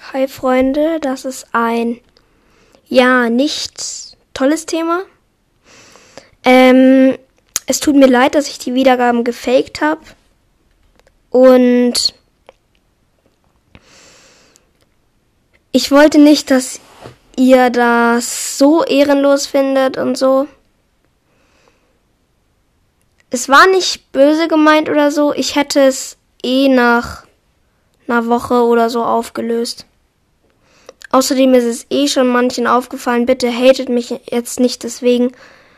Hi Freunde, das ist ein, nicht tolles Thema. Es tut mir leid, dass ich die Wiedergaben gefaked habe. Und ich wollte nicht, dass ihr das so ehrenlos findet und so. Es war nicht böse gemeint oder so. Ich hätte es nach einer Woche oder so aufgelöst. Außerdem ist es schon manchen aufgefallen. Bitte hatet mich jetzt nicht deswegen.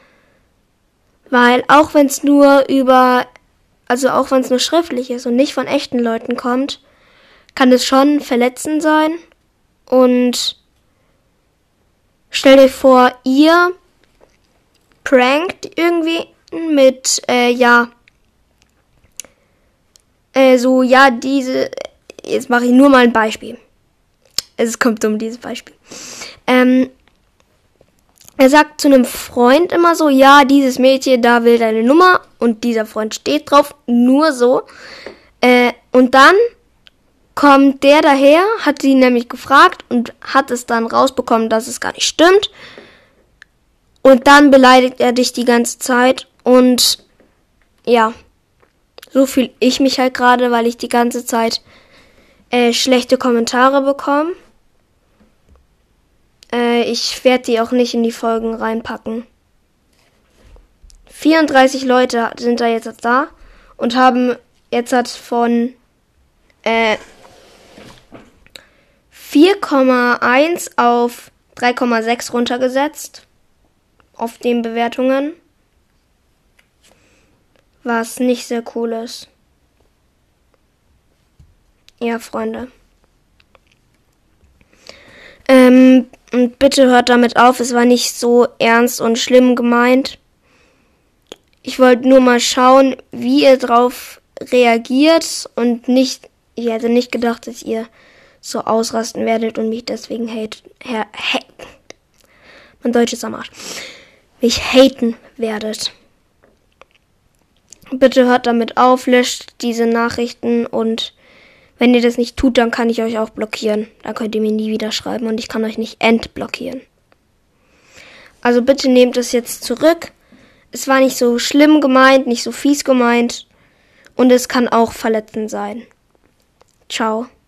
Weil auch wenn es nur auch wenn es nur schriftlich ist und nicht von echten Leuten kommt, kann es schon verletzend sein. Und stell dir vor, ihr prankt irgendwie mit, jetzt mache ich nur mal ein Beispiel. Es kommt um dieses Beispiel. Er sagt zu einem Freund immer so, ja, dieses Mädchen, da will deine Nummer und dieser Freund steht drauf, nur so. Und dann kommt der daher, hat sie nämlich gefragt und hat es dann rausbekommen, dass es gar nicht stimmt. Und dann beleidigt er dich die ganze Zeit und ja, so fühle ich mich halt gerade, weil ich die ganze Zeit schlechte Kommentare bekomme. Ich werde die auch nicht in die Folgen reinpacken. 34 Leute sind da jetzt da und haben jetzt von 4,1 auf 3,6 runtergesetzt auf den Bewertungen, was nicht sehr cool ist. Ja, Freunde. Und bitte hört damit auf, es war nicht so ernst und schlimm gemeint. Ich wollte nur mal schauen, wie ihr drauf reagiert und ich hätte nicht gedacht, dass ihr so ausrasten werdet und mich deswegen mein Deutsch ist am Arsch. Mich haten werdet. Bitte hört damit auf, löscht diese Nachrichten und wenn ihr das nicht tut, dann kann ich euch auch blockieren. Dann könnt ihr mir nie wieder schreiben und ich kann euch nicht entblockieren. Also bitte nehmt es jetzt zurück. Es war nicht so schlimm gemeint, nicht so fies gemeint und es kann auch verletzend sein. Ciao.